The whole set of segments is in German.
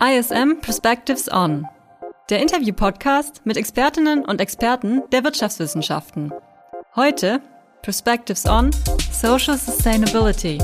ISM Perspectives On, der Interview-Podcast mit Expertinnen und Experten der Wirtschaftswissenschaften. Heute Perspectives On Social Sustainability.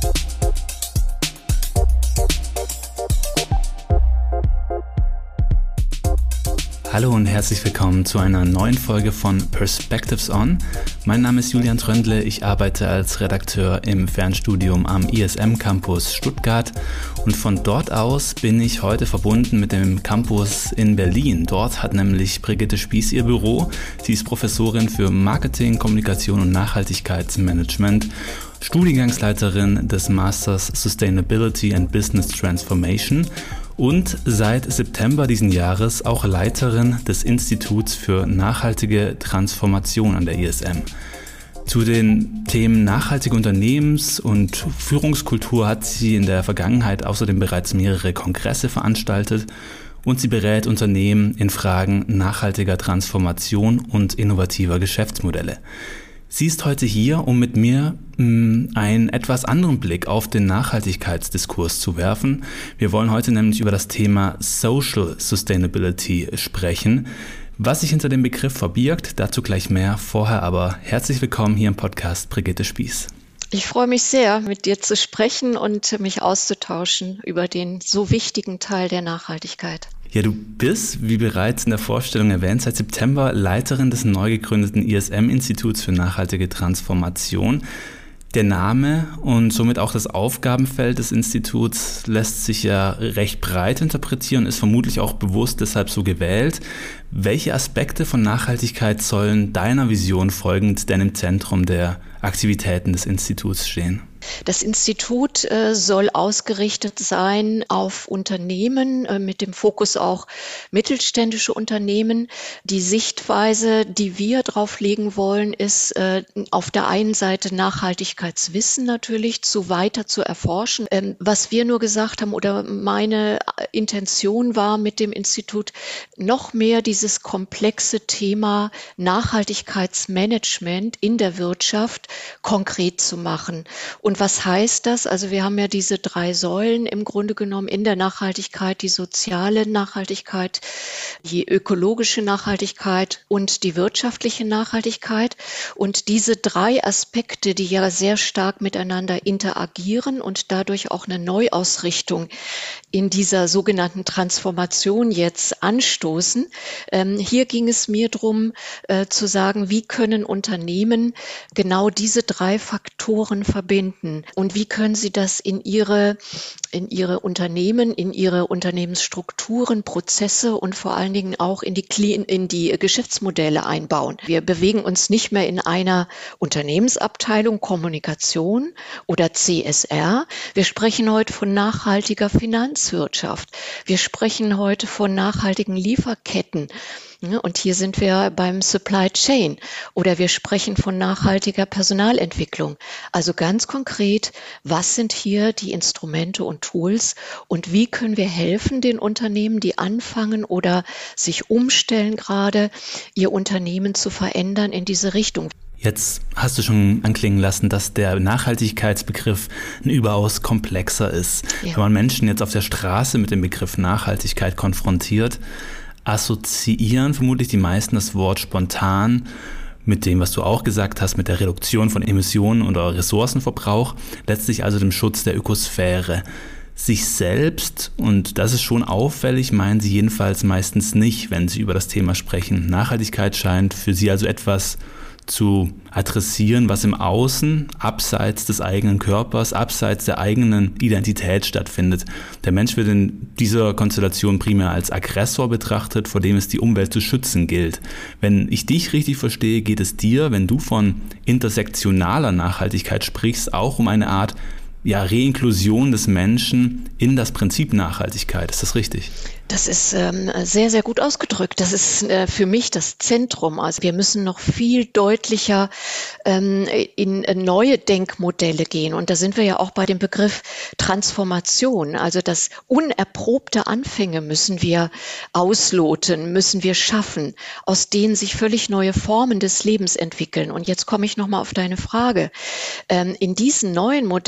Hallo und herzlich willkommen zu einer neuen Folge von Perspectives On. Mein Name ist Julian Tröndle, ich arbeite als Redakteur im Fernstudium am ISM Campus Stuttgart und von dort aus bin ich heute verbunden mit dem Campus in Berlin. Dort hat nämlich Brigitte Spieß ihr Büro. Sie ist Professorin für Marketing, Kommunikation und Nachhaltigkeitsmanagement, Studiengangsleiterin des Masters Sustainability and Business Transformation und seit September diesen Jahres auch Leiterin des Instituts für nachhaltige Transformation an der ISM. Zu den Themen nachhaltige Unternehmens- und Führungskultur hat sie in der Vergangenheit außerdem bereits mehrere Kongresse veranstaltet und sie berät Unternehmen in Fragen nachhaltiger Transformation und innovativer Geschäftsmodelle. Sie ist heute hier, um mit mir einen etwas anderen Blick auf den Nachhaltigkeitsdiskurs zu werfen. Wir wollen heute nämlich über das Thema Social Sustainability sprechen. Was sich hinter dem Begriff verbirgt, dazu gleich mehr. Vorher aber herzlich willkommen hier im Podcast Brigitte Spieß. Ich freue mich sehr, mit dir zu sprechen und mich auszutauschen über den so wichtigen Teil der Nachhaltigkeit. Ja, du bist, wie bereits in der Vorstellung erwähnt, seit September Leiterin des neu gegründeten ISM-Instituts für nachhaltige Transformation. Der Name und somit auch das Aufgabenfeld des Instituts lässt sich ja recht breit interpretieren, ist vermutlich auch bewusst deshalb so gewählt. Welche Aspekte von Nachhaltigkeit sollen deiner Vision folgend denn im Zentrum der Aktivitäten des Instituts stehen? Das Institut soll ausgerichtet sein auf Unternehmen, mit dem Fokus auch mittelständische Unternehmen. Die Sichtweise, die wir drauf legen wollen, ist auf der einen Seite Nachhaltigkeitswissen natürlich weiter zu erforschen. Was wir nur gesagt haben oder meine Intention war mit dem Institut, noch mehr dieses komplexe Thema Nachhaltigkeitsmanagement in der Wirtschaft konkret zu machen. Und was heißt das? Also wir haben ja diese 3 Säulen im Grunde genommen in der Nachhaltigkeit, die soziale Nachhaltigkeit, die ökologische Nachhaltigkeit und die wirtschaftliche Nachhaltigkeit. Und diese 3 Aspekte, die ja sehr stark miteinander interagieren und dadurch auch eine Neuausrichtung in dieser sogenannten Transformation jetzt anstoßen. Hier ging es mir darum zu sagen, wie können Unternehmen genau diese 3 Faktoren verbinden und wie können sie das in ihre Unternehmen, in ihre Unternehmensstrukturen, Prozesse und vor allen Dingen auch in die Geschäftsmodelle einbauen. Wir bewegen uns nicht mehr in einer Unternehmensabteilung Kommunikation oder CSR. Wir sprechen heute von nachhaltiger Finanzwirtschaft. Wir sprechen heute von nachhaltigen Lieferketten. Und hier sind wir beim Supply Chain oder wir sprechen von nachhaltiger Personalentwicklung. Also ganz konkret, was sind hier die Instrumente und Tools und wie können wir helfen den Unternehmen, die anfangen oder sich umstellen gerade, ihr Unternehmen zu verändern in diese Richtung. Jetzt hast du schon anklingen lassen, dass der Nachhaltigkeitsbegriff ein überaus komplexer ist. Ja. Wenn man Menschen jetzt auf der Straße mit dem Begriff Nachhaltigkeit konfrontiert, assoziieren vermutlich die meisten das Wort spontan mit dem, was du auch gesagt hast, mit der Reduktion von Emissionen oder Ressourcenverbrauch, letztlich also dem Schutz der Ökosphäre. Sich selbst, und das ist schon auffällig, meinen sie jedenfalls meistens nicht, wenn sie über das Thema sprechen. Nachhaltigkeit scheint für sie also etwas zu adressieren, was im Außen, abseits des eigenen Körpers, abseits der eigenen Identität stattfindet. Der Mensch wird in dieser Konstellation primär als Aggressor betrachtet, vor dem es die Umwelt zu schützen gilt. Wenn ich dich richtig verstehe, geht es dir, wenn du von intersektionaler Nachhaltigkeit sprichst, auch um eine Art Reinklusion des Menschen in das Prinzip Nachhaltigkeit. Ist das richtig? Das ist sehr, sehr gut ausgedrückt. Das ist für mich das Zentrum. Also wir müssen noch viel deutlicher in neue Denkmodelle gehen. Und da sind wir ja auch bei dem Begriff Transformation. Also das unerprobte Anfänge müssen wir ausloten, müssen wir schaffen, aus denen sich völlig neue Formen des Lebens entwickeln. Und jetzt komme ich nochmal auf deine Frage. In diesen neuen Modellen von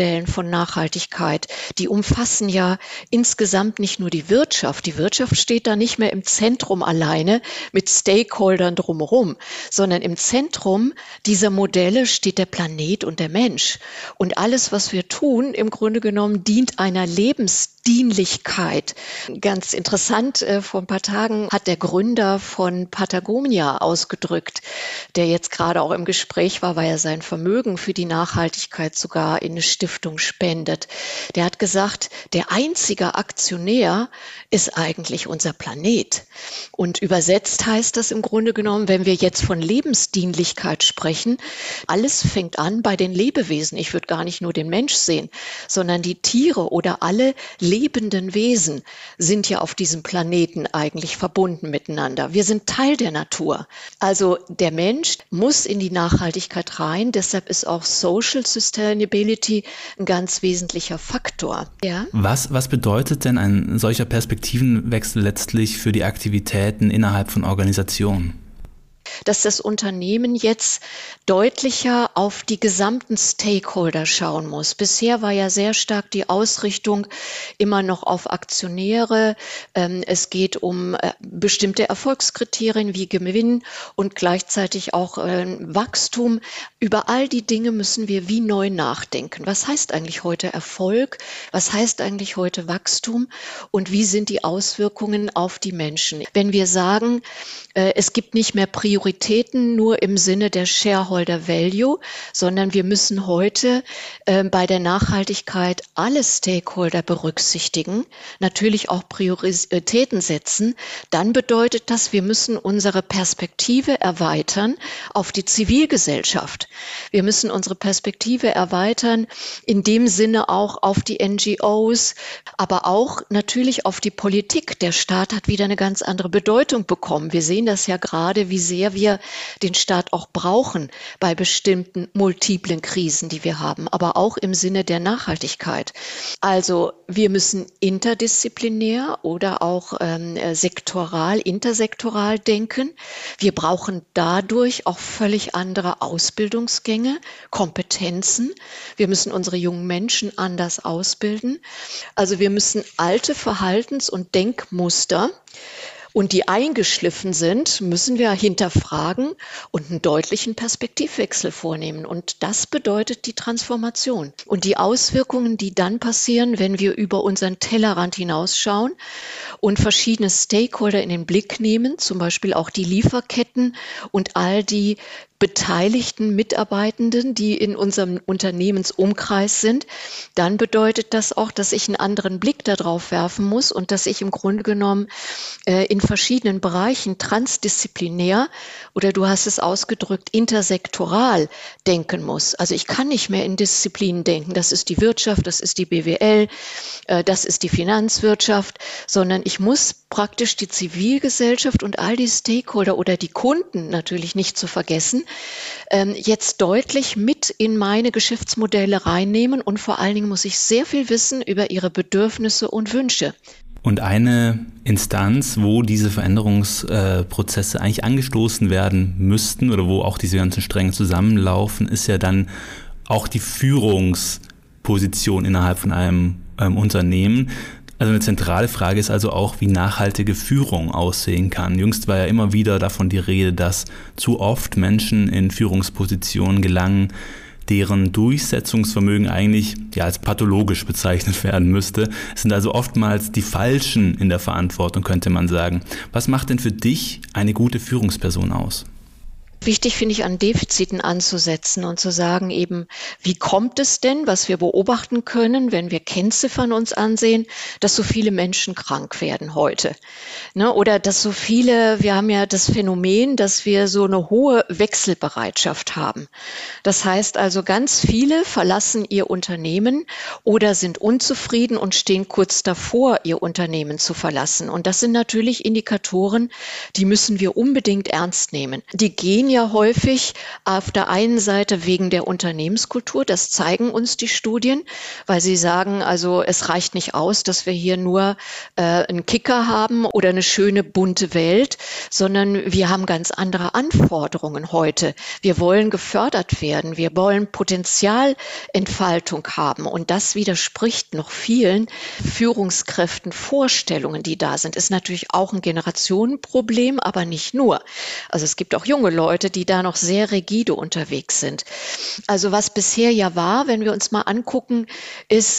von Nachhaltigkeit, die umfassen ja insgesamt nicht nur die Wirtschaft. Die Wirtschaft steht da nicht mehr im Zentrum alleine mit Stakeholdern drumherum, sondern im Zentrum dieser Modelle steht der Planet und der Mensch. Und alles, was wir tun, im Grunde genommen dient einer Lebensdienlichkeit. Ganz interessant, vor ein paar Tagen hat der Gründer von Patagonia ausgedrückt, der jetzt gerade auch im Gespräch war, weil er sein Vermögen für die Nachhaltigkeit sogar in eine Stiftung spendet. Der hat gesagt, der einzige Aktionär ist eigentlich unser Planet. Und übersetzt heißt das im Grunde genommen, wenn wir jetzt von Lebensdienlichkeit sprechen, alles fängt an bei den Lebewesen. Ich würde gar nicht nur den Mensch sehen, sondern die Tiere oder alle lebenden Wesen sind ja auf diesem Planeten eigentlich verbunden miteinander. Wir sind Teil der Natur. Also der Mensch muss in die Nachhaltigkeit rein. Deshalb ist auch Social Sustainability ein ganz wesentlicher Faktor. Ja? Was bedeutet denn ein solcher Perspektivenwechsel letztlich für die Aktivitäten innerhalb von Organisationen? Dass das Unternehmen jetzt deutlicher auf die gesamten Stakeholder schauen muss. Bisher war ja sehr stark die Ausrichtung immer noch auf Aktionäre. Es geht um bestimmte Erfolgskriterien wie Gewinn und gleichzeitig auch Wachstum. Über all die Dinge müssen wir wie neu nachdenken. Was heißt eigentlich heute Erfolg? Was heißt eigentlich heute Wachstum? Und wie sind die Auswirkungen auf die Menschen? Wenn wir sagen, es gibt nicht mehr Prioritäten nur im Sinne der Shareholder Value, sondern wir müssen heute bei der Nachhaltigkeit alle Stakeholder berücksichtigen, natürlich auch Prioritäten setzen, dann bedeutet das, wir müssen unsere Perspektive erweitern auf die Zivilgesellschaft. Wir müssen unsere Perspektive erweitern, in dem Sinne auch auf die NGOs, aber auch natürlich auf die Politik. Der Staat hat wieder eine ganz andere Bedeutung bekommen. Wir sehen das ja gerade, wie sehr wir den Staat auch brauchen bei bestimmten multiplen Krisen, die wir haben, aber auch im Sinne der Nachhaltigkeit. Also wir müssen interdisziplinär oder auch sektoral, intersektoral denken. Wir brauchen dadurch auch völlig andere Ausbildungsgänge, Kompetenzen. Wir müssen unsere jungen Menschen anders ausbilden. Also wir müssen alte Verhaltens- und Denkmuster und die eingeschliffen sind, müssen wir hinterfragen und einen deutlichen Perspektivwechsel vornehmen. Und das bedeutet die Transformation. Und die Auswirkungen, die dann passieren, wenn wir über unseren Tellerrand hinausschauen und verschiedene Stakeholder in den Blick nehmen, zum Beispiel auch die Lieferketten und all die beteiligten Mitarbeitenden, die in unserem Unternehmensumkreis sind, dann bedeutet das auch, dass ich einen anderen Blick darauf werfen muss und dass ich im Grunde genommen in verschiedenen Bereichen transdisziplinär oder du hast es ausgedrückt, intersektoral denken muss. Also ich kann nicht mehr in Disziplinen denken, das ist die Wirtschaft, das ist die BWL, das ist die Finanzwirtschaft, sondern ich muss praktisch die Zivilgesellschaft und all die Stakeholder oder die Kunden natürlich nicht zu vergessen, jetzt deutlich mit in meine Geschäftsmodelle reinnehmen und vor allen Dingen muss ich sehr viel wissen über ihre Bedürfnisse und Wünsche. Und eine Instanz, wo diese Veränderungsprozesse eigentlich angestoßen werden müssten oder wo auch diese ganzen Stränge zusammenlaufen, ist ja dann auch die Führungsposition innerhalb von einem Unternehmen. Also eine zentrale Frage ist also auch, wie nachhaltige Führung aussehen kann. Jüngst war ja immer wieder davon die Rede, dass zu oft Menschen in Führungspositionen gelangen, deren Durchsetzungsvermögen eigentlich als pathologisch bezeichnet werden müsste. Es sind also oftmals die Falschen in der Verantwortung, könnte man sagen. Was macht denn für dich eine gute Führungsperson aus? Wichtig finde ich, an Defiziten anzusetzen und zu sagen eben, wie kommt es denn, was wir beobachten können, wenn wir Kennziffern uns ansehen, dass so viele Menschen krank werden heute. Ne? Oder dass so viele, wir haben ja das Phänomen, dass wir so eine hohe Wechselbereitschaft haben. Das heißt also, ganz viele verlassen ihr Unternehmen oder sind unzufrieden und stehen kurz davor, ihr Unternehmen zu verlassen. Und das sind natürlich Indikatoren, die müssen wir unbedingt ernst nehmen. Die gehen ja ja häufig auf der einen Seite wegen der Unternehmenskultur, das zeigen uns die Studien, weil sie sagen, also es reicht nicht aus, dass wir hier nur einen Kicker haben oder eine schöne bunte Welt, sondern wir haben ganz andere Anforderungen heute. Wir wollen gefördert werden, wir wollen Potenzialentfaltung haben und das widerspricht noch vielen Führungskräften Vorstellungen, die da sind. Ist natürlich auch ein Generationenproblem, aber nicht nur. Also es gibt auch junge Leute, die da noch sehr rigide unterwegs sind. Also was bisher ja war, wenn wir uns mal angucken, ist,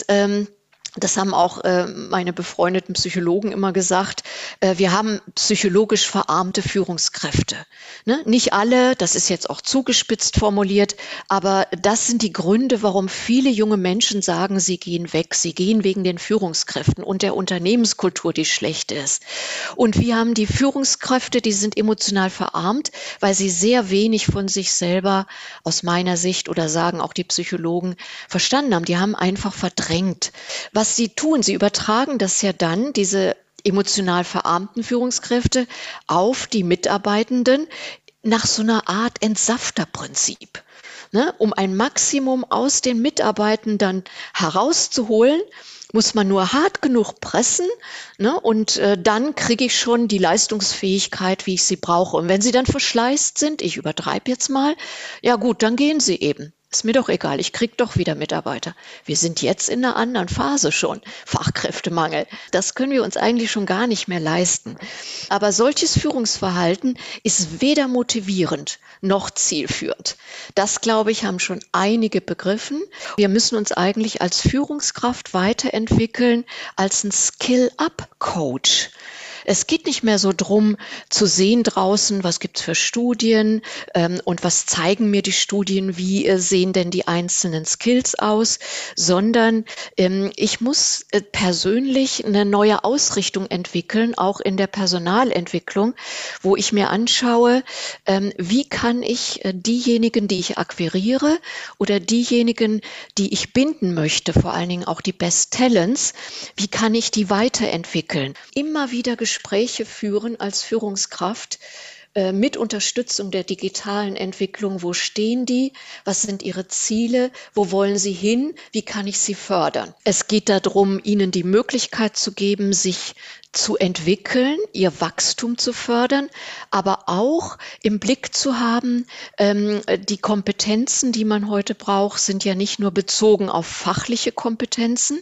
das haben auch meine befreundeten Psychologen immer gesagt, wir haben psychologisch verarmte Führungskräfte. Ne? Nicht alle, das ist jetzt auch zugespitzt formuliert, aber das sind die Gründe, warum viele junge Menschen sagen, sie gehen weg. Sie gehen wegen den Führungskräften und der Unternehmenskultur, die schlecht ist. Und wir haben die Führungskräfte, die sind emotional verarmt, weil sie sehr wenig von sich selber aus meiner Sicht oder sagen auch die Psychologen verstanden haben. Die haben einfach verdrängt. Was sie tun, sie übertragen das ja dann, diese emotional verarmten Führungskräfte, auf die Mitarbeitenden nach so einer Art Entsafterprinzip. Ne? Um ein Maximum aus den Mitarbeitenden herauszuholen, muss man nur hart genug pressen, ne? Und dann kriege ich schon die Leistungsfähigkeit, wie ich sie brauche. Und wenn sie dann verschleißt sind, ich übertreibe jetzt mal, ja gut, dann gehen sie eben. Ist mir doch egal, ich krieg doch wieder Mitarbeiter. Wir sind jetzt in einer anderen Phase schon, Fachkräftemangel. Das können wir uns eigentlich schon gar nicht mehr leisten. Aber solches Führungsverhalten ist weder motivierend noch zielführend. Das, glaube ich, haben schon einige begriffen. Wir müssen uns eigentlich als Führungskraft weiterentwickeln als ein Skill-Up-Coach. Es geht nicht mehr so drum zu sehen draußen, was gibt's für Studien und was zeigen mir die Studien, wie sehen denn die einzelnen Skills aus, sondern ich muss persönlich eine neue Ausrichtung entwickeln, auch in der Personalentwicklung, wo ich mir anschaue, wie kann ich diejenigen, die ich akquiriere oder diejenigen, die ich binden möchte, vor allen Dingen auch die Best Talents, wie kann ich die weiterentwickeln? Immer wieder Gespräche führen als Führungskraft mit Unterstützung der digitalen Entwicklung. Wo stehen die? Was sind ihre Ziele? Wo wollen sie hin? Wie kann ich sie fördern? Es geht darum, ihnen die Möglichkeit zu geben, sich zu entwickeln, ihr Wachstum zu fördern, aber auch im Blick zu haben, die Kompetenzen, die man heute braucht, sind ja nicht nur bezogen auf fachliche Kompetenzen,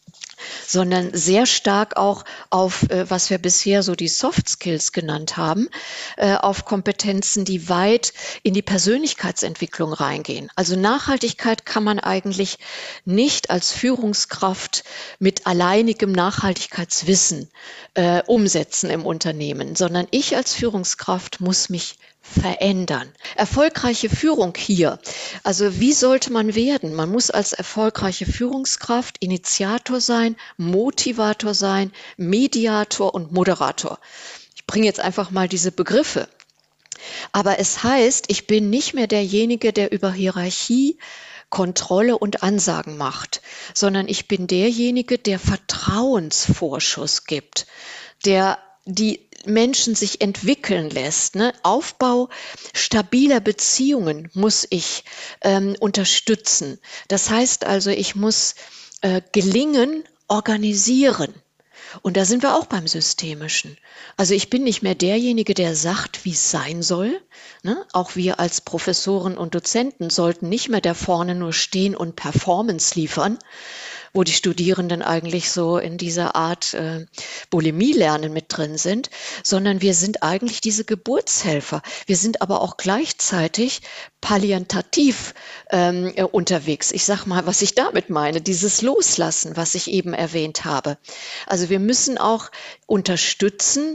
sondern sehr stark auch auf, was wir bisher so die Soft Skills genannt haben, auf Kompetenzen, die weit in die Persönlichkeitsentwicklung reingehen. Also Nachhaltigkeit kann man eigentlich nicht als Führungskraft mit alleinigem Nachhaltigkeitswissen umsetzen im Unternehmen, sondern ich als Führungskraft muss mich verändern. Erfolgreiche Führung hier. Also wie sollte man werden? Man muss als erfolgreiche Führungskraft Initiator sein, Motivator sein, Mediator und Moderator. Ich bringe jetzt einfach mal diese Begriffe. Aber es heißt, ich bin nicht mehr derjenige, der über Hierarchie, Kontrolle und Ansagen macht, sondern ich bin derjenige, der Vertrauensvorschuss gibt, der die Menschen sich entwickeln lässt. Ne? Aufbau stabiler Beziehungen muss ich unterstützen. Das heißt also, ich muss Gelingen organisieren. Und da sind wir auch beim Systemischen. Also ich bin nicht mehr derjenige, der sagt, wie es sein soll. Ne? Auch wir als Professoren und Dozenten sollten nicht mehr da vorne nur stehen und Performance liefern, wo die Studierenden eigentlich so in dieser Art Bulimie-Lernen mit drin sind, sondern wir sind eigentlich diese Geburtshelfer. Wir sind aber auch gleichzeitig palliativ unterwegs. Ich sage mal, was ich damit meine, dieses Loslassen, was ich eben erwähnt habe. Also wir müssen auch unterstützen,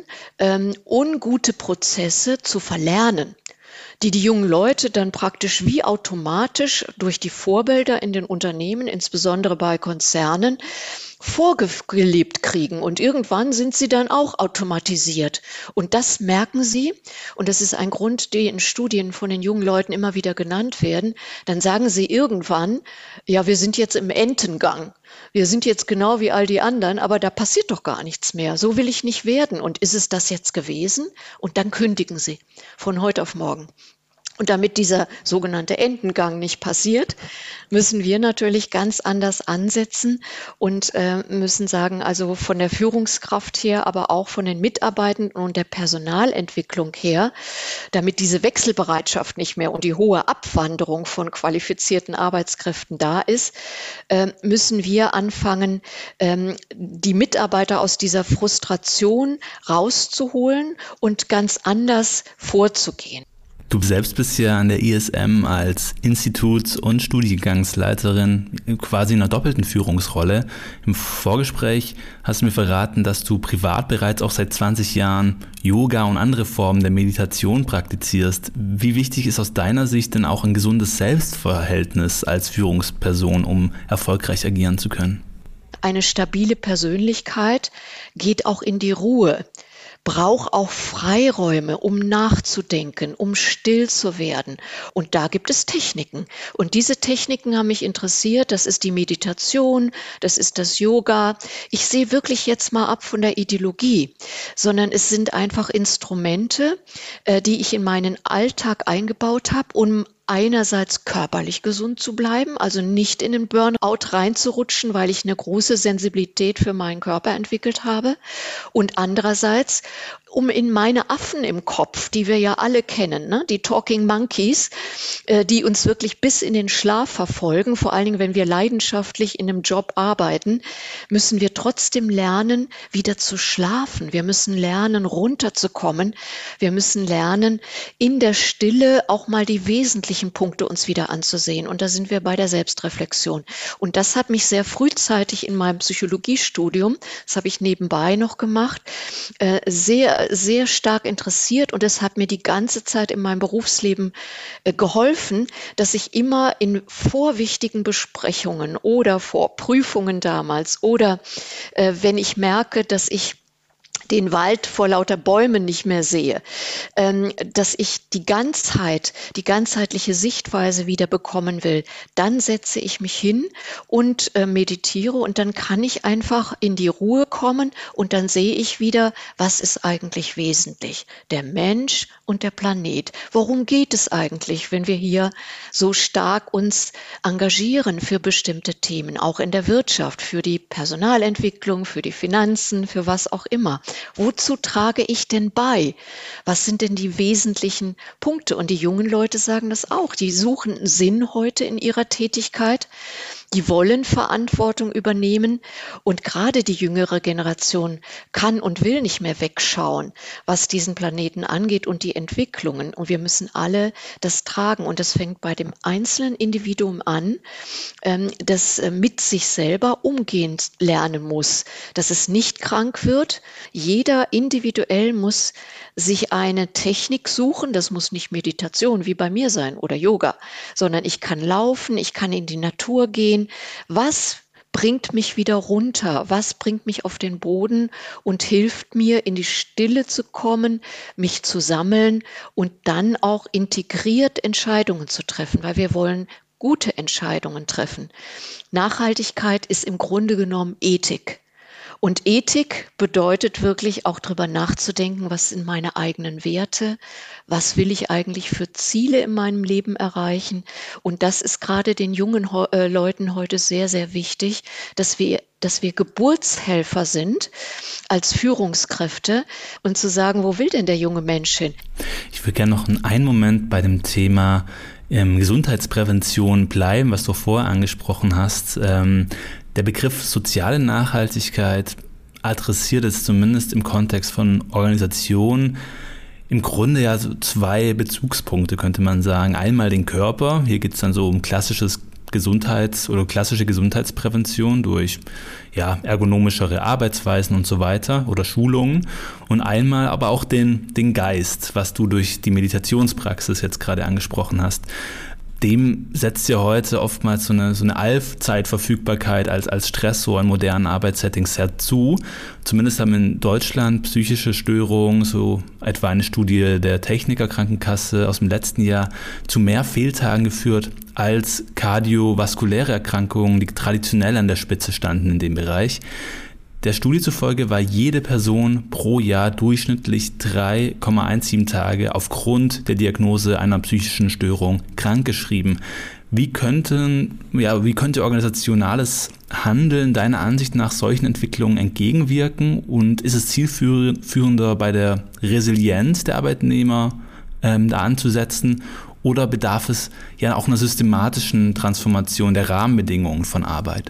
ungute Prozesse zu verlernen, die jungen Leute dann praktisch wie automatisch durch die Vorbilder in den Unternehmen, insbesondere bei Konzernen, vorgelebt kriegen. Und irgendwann sind sie dann auch automatisiert. Und das merken sie. Und das ist ein Grund, der in Studien von den jungen Leuten immer wieder genannt werden. Dann sagen sie irgendwann, ja, wir sind jetzt im Entengang. Wir sind jetzt genau wie all die anderen, aber da passiert doch gar nichts mehr. So will ich nicht werden. Und ist es das jetzt gewesen? Und dann kündigen sie von heute auf morgen. Und damit dieser sogenannte Entengang nicht passiert, müssen wir natürlich ganz anders ansetzen und müssen sagen, also von der Führungskraft her, aber auch von den Mitarbeitenden und der Personalentwicklung her, damit diese Wechselbereitschaft nicht mehr und die hohe Abwanderung von qualifizierten Arbeitskräften da ist, müssen wir anfangen, die Mitarbeiter aus dieser Frustration rauszuholen und ganz anders vorzugehen. Du selbst bist ja an der ISM als Instituts- und Studiengangsleiterin quasi in einer doppelten Führungsrolle. Im Vorgespräch hast du mir verraten, dass du privat bereits auch seit 20 Jahren Yoga und andere Formen der Meditation praktizierst. Wie wichtig ist aus deiner Sicht denn auch ein gesundes Selbstverhältnis als Führungsperson, um erfolgreich agieren zu können? Eine stabile Persönlichkeit geht auch in die Ruhe. Braucht auch Freiräume, um nachzudenken, um still zu werden. Und da gibt es Techniken. Und diese Techniken haben mich interessiert. Das ist die Meditation, das ist das Yoga. Ich sehe wirklich jetzt mal ab von der Ideologie, sondern es sind einfach Instrumente, die ich in meinen Alltag eingebaut habe, um einerseits körperlich gesund zu bleiben, also nicht in den Burnout reinzurutschen, weil ich eine große Sensibilität für meinen Körper entwickelt habe, und andererseits, um in meine Affen im Kopf, die wir ja alle kennen, ne? Die Talking Monkeys, die uns wirklich bis in den Schlaf verfolgen, vor allen Dingen, wenn wir leidenschaftlich in einem Job arbeiten, müssen wir trotzdem lernen, wieder zu schlafen. Wir müssen lernen, runterzukommen. Wir müssen lernen, in der Stille auch mal die wesentlichen Punkte uns wieder anzusehen. Und da sind wir bei der Selbstreflexion. Und das hat mich sehr frühzeitig in meinem Psychologiestudium, das habe ich nebenbei noch gemacht, sehr stark interessiert, und es hat mir die ganze Zeit in meinem Berufsleben geholfen, dass ich immer in vorwichtigen Besprechungen oder vor Prüfungen damals oder wenn ich merke, dass ich den Wald vor lauter Bäumen nicht mehr sehe, dass ich die ganzheitliche Sichtweise wieder bekommen will, dann setze ich mich hin und meditiere, und dann kann ich einfach in die Ruhe kommen, und dann sehe ich wieder, was ist eigentlich wesentlich? Der Mensch und der Planet. Worum geht es eigentlich, wenn wir hier so stark uns engagieren für bestimmte Themen, auch in der Wirtschaft, für die Personalentwicklung, für die Finanzen, für was auch immer? Wozu trage ich denn bei? Was sind denn die wesentlichen Punkte? Und die jungen Leute sagen das auch. Die suchen Sinn heute in ihrer Tätigkeit. Die wollen Verantwortung übernehmen, und gerade die jüngere Generation kann und will nicht mehr wegschauen, was diesen Planeten angeht und die Entwicklungen. Und wir müssen alle das tragen, und das fängt bei dem einzelnen Individuum an, das mit sich selber umgehen lernen muss, dass es nicht krank wird. Jeder individuell muss sich eine Technik suchen. Das muss nicht Meditation wie bei mir sein oder Yoga, sondern ich kann laufen, ich kann in die Natur gehen. Was bringt mich wieder runter? Was bringt mich auf den Boden und hilft mir, in die Stille zu kommen, mich zu sammeln und dann auch integriert Entscheidungen zu treffen, weil wir wollen gute Entscheidungen treffen. Nachhaltigkeit ist im Grunde genommen Ethik. Und Ethik bedeutet wirklich auch darüber nachzudenken, was sind meine eigenen Werte, was will ich eigentlich für Ziele in meinem Leben erreichen. Und das ist gerade den jungen Leuten heute sehr, sehr wichtig, dass wir Geburtshelfer sind als Führungskräfte und zu sagen, wo will denn der junge Mensch hin? Ich würde gerne noch einen Moment bei dem Thema Gesundheitsprävention bleiben, was du vorher angesprochen hast. Der Begriff soziale Nachhaltigkeit adressiert es zumindest im Kontext von Organisationen im Grunde ja so zwei Bezugspunkte, könnte man sagen. Einmal den Körper, hier geht es dann so um klassische Gesundheitsprävention durch ergonomischere Arbeitsweisen und so weiter oder Schulungen, und einmal aber auch den Geist, was du durch die Meditationspraxis jetzt gerade angesprochen hast. Dem setzt ja heute oftmals so eine Allzeitverfügbarkeit als Stressor in modernen Arbeitssettings sehr zu. Zumindest haben in Deutschland psychische Störungen, so etwa eine Studie der Technikerkrankenkasse aus dem letzten Jahr, zu mehr Fehltagen geführt als kardiovaskuläre Erkrankungen, die traditionell an der Spitze standen in dem Bereich. Der Studie zufolge war jede Person pro Jahr durchschnittlich 3,17 Tage aufgrund der Diagnose einer psychischen Störung krankgeschrieben. Wie könnte organisationales Handeln deiner Ansicht nach solchen Entwicklungen entgegenwirken und ist es zielführender bei der Resilienz der Arbeitnehmer da anzusetzen oder bedarf es ja auch einer systematischen Transformation der Rahmenbedingungen von Arbeit?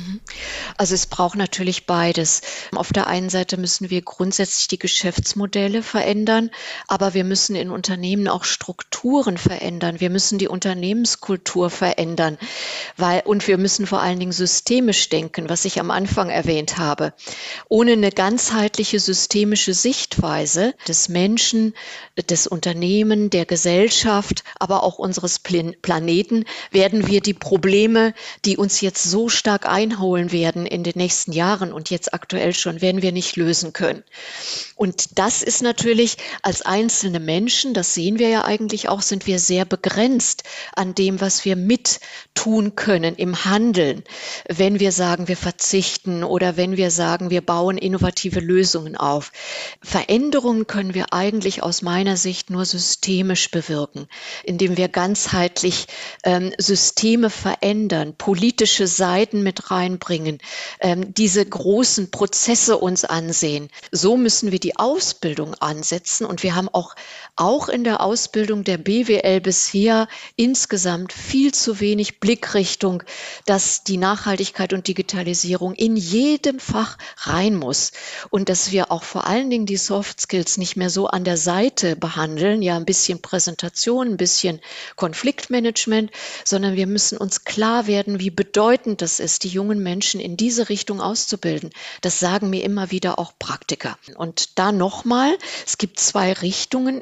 Also es braucht natürlich beides. Auf der einen Seite müssen wir grundsätzlich die Geschäftsmodelle verändern, aber wir müssen in Unternehmen auch Strukturen verändern. Wir müssen die Unternehmenskultur verändern, und wir müssen vor allen Dingen systemisch denken, was ich am Anfang erwähnt habe. Ohne eine ganzheitliche systemische Sichtweise des Menschen, des Unternehmens, der Gesellschaft, aber auch unseres Planeten, werden wir die Probleme, die uns jetzt so stark einholen werden in den nächsten Jahren und jetzt aktuell schon, werden wir nicht lösen können. Und das ist natürlich als einzelne Menschen, das sehen wir ja eigentlich auch, sind wir sehr begrenzt an dem, was wir mit tun können im Handeln, wenn wir sagen, wir verzichten oder wenn wir sagen, wir bauen innovative Lösungen auf. Veränderungen können wir eigentlich aus meiner Sicht nur systemisch bewirken, indem wir ganzheitlich Systeme verändern, politische Seiten mit reinbringen, diese großen Prozesse uns ansehen. So müssen wir die Ausbildung ansetzen und wir haben auch in der Ausbildung der BWL bisher insgesamt viel zu wenig Blickrichtung, dass die Nachhaltigkeit und Digitalisierung in jedem Fach rein muss und dass wir auch vor allen Dingen die Soft Skills nicht mehr so an der Seite behandeln, ja ein bisschen Präsentation, ein bisschen Konfliktmanagement, sondern wir müssen uns klar werden, wie bedeutend das ist, die jungen Menschen in diese Richtung auszubilden. Das sagen mir immer wieder auch Praktiker. Und da nochmal, es gibt 2 Richtungen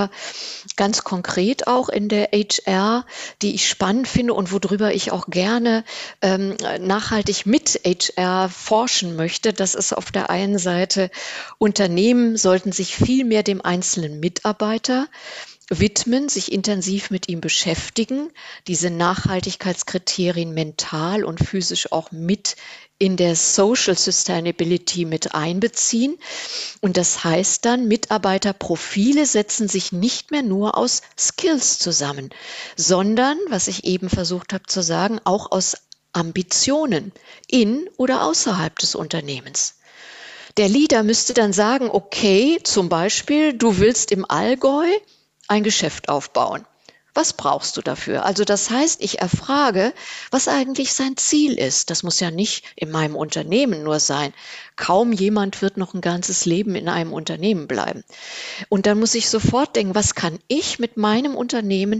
ganz konkret auch in der HR, die ich spannend finde und worüber ich auch gerne nachhaltig mit HR forschen möchte. Das ist auf der einen Seite, Unternehmen sollten sich viel mehr dem einzelnen Mitarbeiter widmen, sich intensiv mit ihm beschäftigen, diese Nachhaltigkeitskriterien mental und physisch auch mit in der Social Sustainability mit einbeziehen. Und das heißt dann, Mitarbeiterprofile setzen sich nicht mehr nur aus Skills zusammen, sondern, was ich eben versucht habe zu sagen, auch aus Ambitionen in oder außerhalb des Unternehmens. Der Leader müsste dann sagen, okay, zum Beispiel, du willst im Allgäu ein Geschäft aufbauen. Was brauchst du dafür? Also das heißt, ich erfrage, was eigentlich sein Ziel ist. Das muss ja nicht in meinem Unternehmen nur sein. Kaum jemand wird noch ein ganzes Leben in einem Unternehmen bleiben. Und dann muss ich sofort denken, was kann ich mit meinem Unternehmen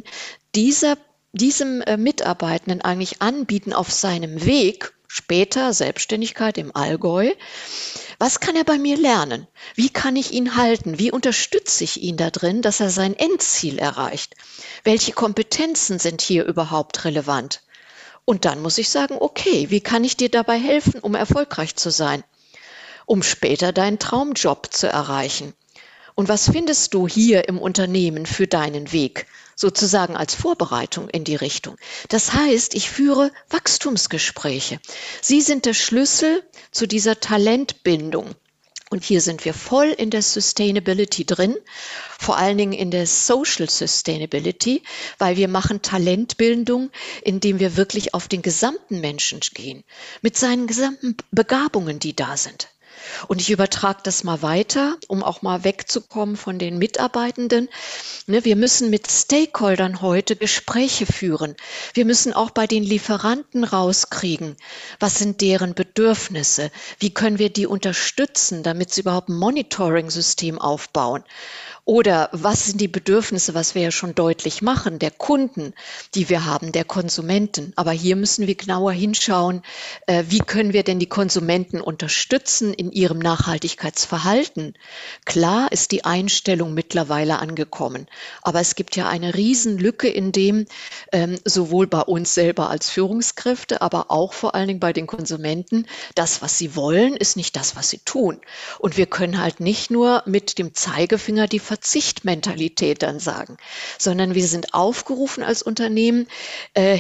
diesem Mitarbeitenden eigentlich anbieten auf seinem Weg, später Selbstständigkeit im Allgäu. Was kann er bei mir lernen? Wie kann ich ihn halten? Wie unterstütze ich ihn da drin, dass er sein Endziel erreicht? Welche Kompetenzen sind hier überhaupt relevant? Und dann muss ich sagen, okay, wie kann ich dir dabei helfen, um erfolgreich zu sein? Um später deinen Traumjob zu erreichen? Und was findest du hier im Unternehmen für deinen Weg? Sozusagen als Vorbereitung in die Richtung. Das heißt, ich führe Wachstumsgespräche. Sie sind der Schlüssel zu dieser Talentbindung. Und hier sind wir voll in der Sustainability drin, vor allen Dingen in der Social Sustainability, weil wir machen Talentbildung, indem wir wirklich auf den gesamten Menschen gehen, mit seinen gesamten Begabungen, die da sind. Und ich übertrage das mal weiter, um auch mal wegzukommen von den Mitarbeitenden. Wir müssen mit Stakeholdern heute Gespräche führen. Wir müssen auch bei den Lieferanten rauskriegen, was sind deren Bedürfnisse? Wie können wir die unterstützen, damit sie überhaupt ein Monitoring-System aufbauen? Oder was sind die Bedürfnisse, was wir ja schon deutlich machen, der Kunden, die wir haben, der Konsumenten. Aber hier müssen wir genauer hinschauen, wie können wir denn die Konsumenten unterstützen in ihrem Nachhaltigkeitsverhalten. Klar ist die Einstellung mittlerweile angekommen, aber es gibt ja eine Riesenlücke in dem, sowohl bei uns selber als Führungskräfte, aber auch vor allen Dingen bei den Konsumenten, das, was sie wollen, ist nicht das, was sie tun. Und wir können halt nicht nur mit dem Zeigefinger die Verzichtmentalität dann sagen, sondern wir sind aufgerufen als Unternehmen,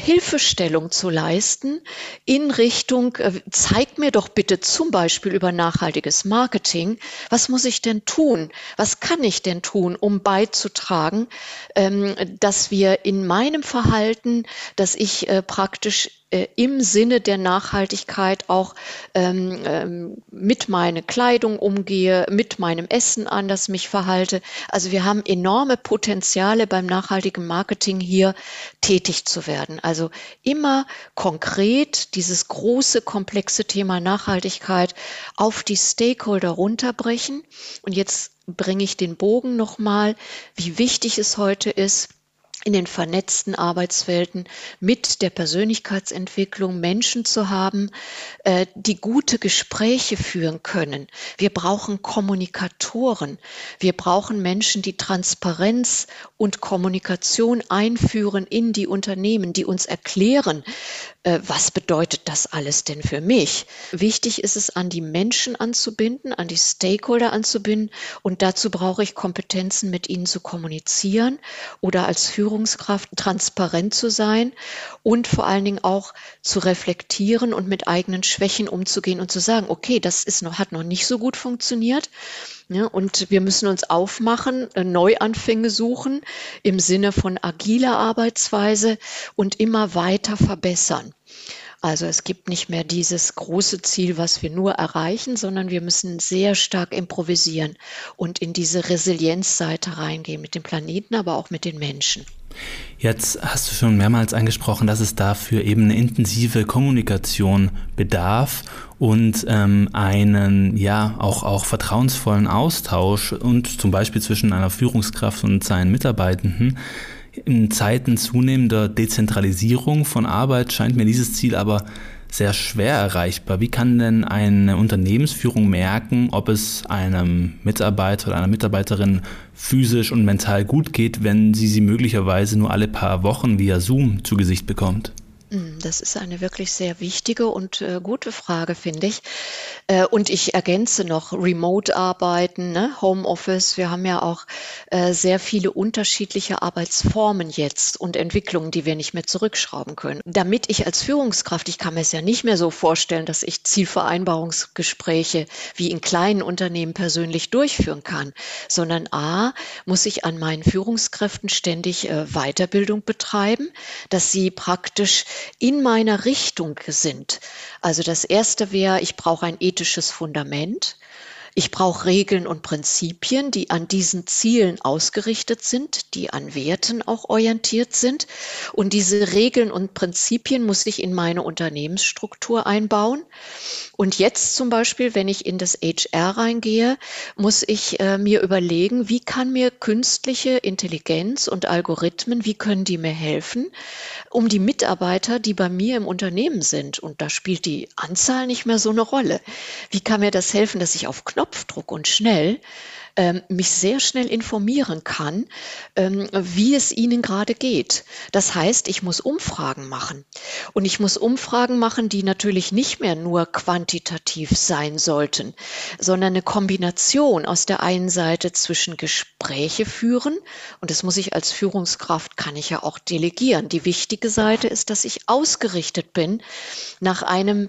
Hilfestellung zu leisten in Richtung, zeig mir doch bitte zum Beispiel über Nachhaltigkeit nachhaltiges Marketing. Was muss ich denn tun? Was kann ich denn tun, um beizutragen, dass wir in meinem Verhalten, dass ich praktisch im Sinne der Nachhaltigkeit auch mit meiner Kleidung umgehe, mit meinem Essen anders mich verhalte. Also wir haben enorme Potenziale beim nachhaltigen Marketing hier tätig zu werden. Also immer konkret dieses große, komplexe Thema Nachhaltigkeit auf die Stakeholder runterbrechen. Und jetzt bringe ich den Bogen nochmal, wie wichtig es heute ist, in den vernetzten Arbeitswelten mit der Persönlichkeitsentwicklung Menschen zu haben, die gute Gespräche führen können. Wir brauchen Kommunikatoren. Wir brauchen Menschen, die Transparenz und Kommunikation einführen in die Unternehmen, die uns erklären, was bedeutet das alles denn für mich? Wichtig ist es, an die Menschen anzubinden, an die Stakeholder anzubinden, und dazu brauche ich Kompetenzen, mit ihnen zu kommunizieren oder als Führungskraft transparent zu sein und vor allen Dingen auch zu reflektieren und mit eigenen Schwächen umzugehen und zu sagen, okay, hat noch nicht so gut funktioniert. Ja, und wir müssen uns aufmachen, Neuanfänge suchen im Sinne von agiler Arbeitsweise und immer weiter verbessern. Also es gibt nicht mehr dieses große Ziel, was wir nur erreichen, sondern wir müssen sehr stark improvisieren und in diese Resilienzseite reingehen mit dem Planeten, aber auch mit den Menschen. Jetzt hast du schon mehrmals angesprochen, dass es dafür eben eine intensive Kommunikation bedarf und einen auch vertrauensvollen Austausch und zum Beispiel zwischen einer Führungskraft und seinen Mitarbeitenden. In Zeiten zunehmender Dezentralisierung von Arbeit scheint mir dieses Ziel aber sehr schwer erreichbar. Wie kann denn eine Unternehmensführung merken, ob es einem Mitarbeiter oder einer Mitarbeiterin physisch und mental gut geht, wenn sie möglicherweise nur alle paar Wochen via Zoom zu Gesicht bekommt? Das ist eine wirklich sehr wichtige und gute Frage, finde ich. Und ich ergänze noch Remote-Arbeiten, Homeoffice. Wir haben ja auch sehr viele unterschiedliche Arbeitsformen jetzt und Entwicklungen, die wir nicht mehr zurückschrauben können. Damit ich als Führungskraft, ich kann mir es ja nicht mehr so vorstellen, dass ich Zielvereinbarungsgespräche wie in kleinen Unternehmen persönlich durchführen kann, sondern muss ich an meinen Führungskräften ständig Weiterbildung betreiben, dass sie praktisch in meiner Richtung sind. Also das Erste wäre, ich brauche ein ethisches Fundament. Ich brauche Regeln und Prinzipien, die an diesen Zielen ausgerichtet sind, die an Werten auch orientiert sind. Und diese Regeln und Prinzipien muss ich in meine Unternehmensstruktur einbauen. Und jetzt zum Beispiel, wenn ich in das HR reingehe, muss ich mir überlegen, wie kann mir künstliche Intelligenz und Algorithmen, wie können die mir helfen, um die Mitarbeiter, die bei mir im Unternehmen sind, und da spielt die Anzahl nicht mehr so eine Rolle, wie kann mir das helfen, dass ich auf Knopfdruck und schnell mich sehr schnell informieren kann, wie es ihnen gerade geht. Das heißt, ich muss Umfragen machen. Und ich muss Umfragen machen, die natürlich nicht mehr nur quantitativ sein sollten, sondern eine Kombination aus der einen Seite zwischen Gespräche führen, und das muss ich als Führungskraft, kann ich ja auch delegieren. Die wichtige Seite ist, dass ich ausgerichtet bin nach einem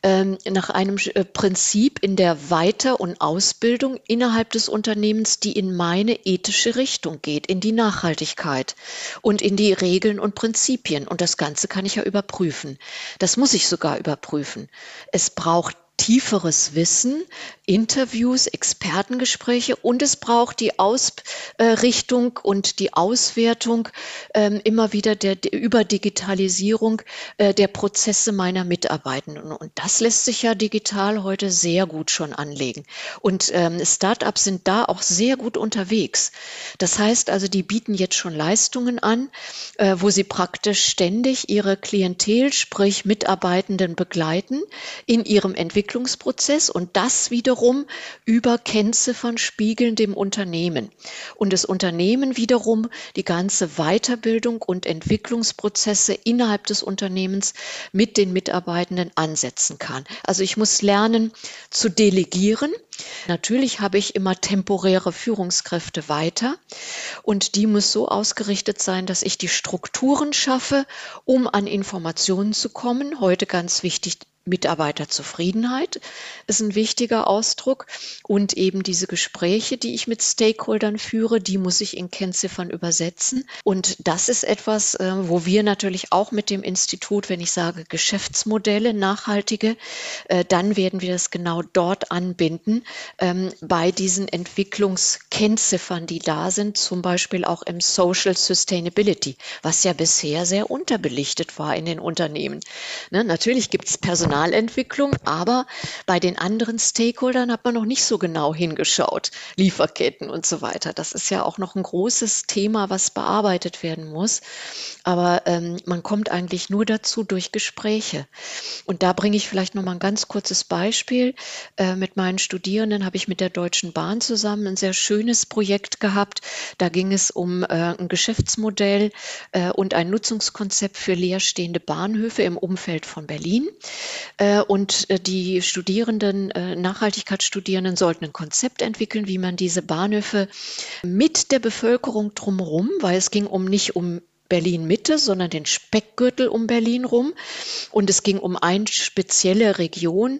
Prinzip in der Weiter- und Ausbildung innerhalb des Unternehmens, die in meine ethische Richtung geht, in die Nachhaltigkeit und in die Regeln und Prinzipien. Und das Ganze kann ich ja überprüfen. Das muss ich sogar überprüfen. Es braucht tieferes Wissen, Interviews, Expertengespräche, und es braucht die Ausrichtung und die Auswertung immer wieder der Überdigitalisierung der Prozesse meiner Mitarbeitenden. Und das lässt sich ja digital heute sehr gut schon anlegen. Und Startups sind da auch sehr gut unterwegs. Das heißt also, die bieten jetzt schon Leistungen an, wo sie praktisch ständig ihre Klientel, sprich Mitarbeitenden, begleiten in ihrem Entwicklungsprozess, und das wiederum über Kennziffern spiegeln dem Unternehmen. Und das Unternehmen wiederum die ganze Weiterbildung und Entwicklungsprozesse innerhalb des Unternehmens mit den Mitarbeitenden ansetzen kann. Also ich muss lernen zu delegieren. Natürlich habe ich immer temporäre Führungskräfte weiter, und die muss so ausgerichtet sein, dass ich die Strukturen schaffe, um an Informationen zu kommen. Heute ganz wichtig, Mitarbeiterzufriedenheit ist ein wichtiger Ausdruck und eben diese Gespräche, die ich mit Stakeholdern führe, die muss ich in Kennziffern übersetzen. Und das ist etwas, wo wir natürlich auch mit dem Institut, wenn ich sage Geschäftsmodelle, nachhaltige, dann werden wir das genau dort anbinden, bei diesen Entwicklungskennziffern, die da sind, zum Beispiel auch im Social Sustainability, was ja bisher sehr unterbelichtet war in den Unternehmen. Ne, natürlich gibt es Personalentwicklung, aber bei den anderen Stakeholdern hat man noch nicht so genau hingeschaut. Lieferketten und so weiter. Das ist ja auch noch ein großes Thema, was bearbeitet werden muss. Aber man kommt eigentlich nur dazu durch Gespräche. Und da bringe ich vielleicht noch mal ein ganz kurzes Beispiel. Mit meinen Studierenden habe ich mit der Deutschen Bahn zusammen ein sehr schönes Projekt gehabt. Da ging es um ein Geschäftsmodell und ein Nutzungskonzept für leerstehende Bahnhöfe im Umfeld von Berlin. Und die Studierenden, Nachhaltigkeitsstudierenden sollten ein Konzept entwickeln, wie man diese Bahnhöfe mit der Bevölkerung drumherum, weil es ging nicht um Berlin-Mitte, sondern den Speckgürtel um Berlin rum. Und es ging um eine spezielle Region,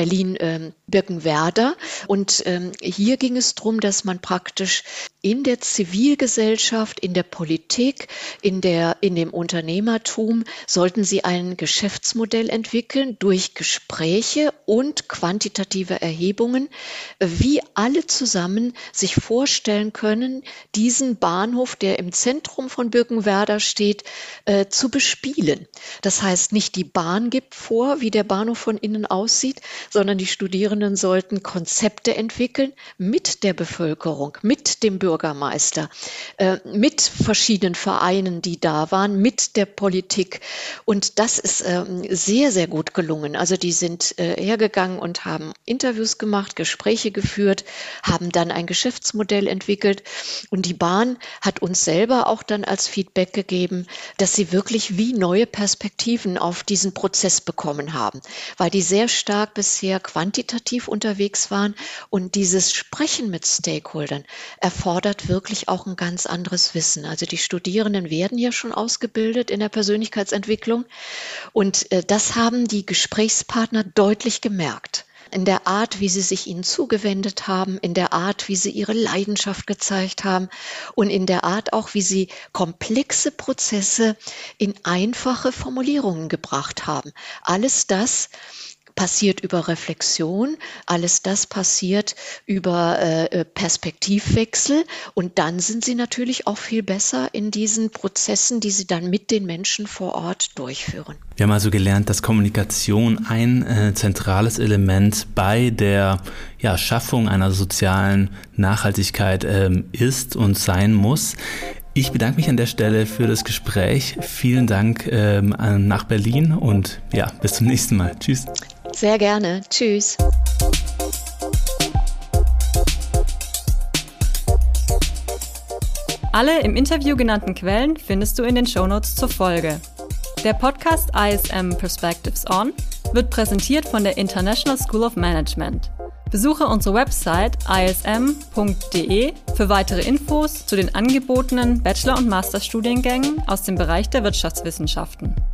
Berlin-Birkenwerder. Und hier ging es darum, dass man praktisch in der Zivilgesellschaft, in der Politik, in dem Unternehmertum sollten sie ein Geschäftsmodell entwickeln durch Gespräche und quantitative Erhebungen, wie alle zusammen sich vorstellen können, diesen Bahnhof, der im Zentrum von Birkenwerder steht, zu bespielen. Das heißt, nicht die Bahn gibt vor, wie der Bahnhof von innen aussieht, sondern die Studierenden sollten Konzepte entwickeln mit der Bevölkerung, mit dem Bürgermeister, mit verschiedenen Vereinen, die da waren, mit der Politik. Und das ist sehr, sehr gut gelungen. Also die sind hergegangen und haben Interviews gemacht, Gespräche geführt, haben dann ein Geschäftsmodell entwickelt. Und die Bahn hat uns selber auch dann als Feedback gegeben, dass sie wirklich wie neue Perspektiven auf diesen Prozess bekommen haben, weil die sehr stark bisher quantitativ unterwegs waren und dieses Sprechen mit Stakeholdern erfordert wirklich auch ein ganz anderes Wissen. Also die Studierenden werden ja schon ausgebildet in der Persönlichkeitsentwicklung und das haben die Gesprächspartner deutlich gemerkt. In der Art, wie sie sich ihnen zugewendet haben, in der Art, wie sie ihre Leidenschaft gezeigt haben und in der Art auch, wie sie komplexe Prozesse in einfache Formulierungen gebracht haben. Alles das passiert über Reflexion, alles das passiert über Perspektivwechsel und dann sind sie natürlich auch viel besser in diesen Prozessen, die sie dann mit den Menschen vor Ort durchführen. Wir haben also gelernt, dass Kommunikation ein zentrales Element bei der Schaffung einer sozialen Nachhaltigkeit ist und sein muss. Ich bedanke mich an der Stelle für das Gespräch. Vielen Dank nach Berlin und bis zum nächsten Mal. Tschüss. Sehr gerne. Tschüss. Alle im Interview genannten Quellen findest du in den Shownotes zur Folge. Der Podcast ISM Perspectives On wird präsentiert von der International School of Management. Besuche unsere Website ism.de für weitere Infos zu den angebotenen Bachelor- und Masterstudiengängen aus dem Bereich der Wirtschaftswissenschaften.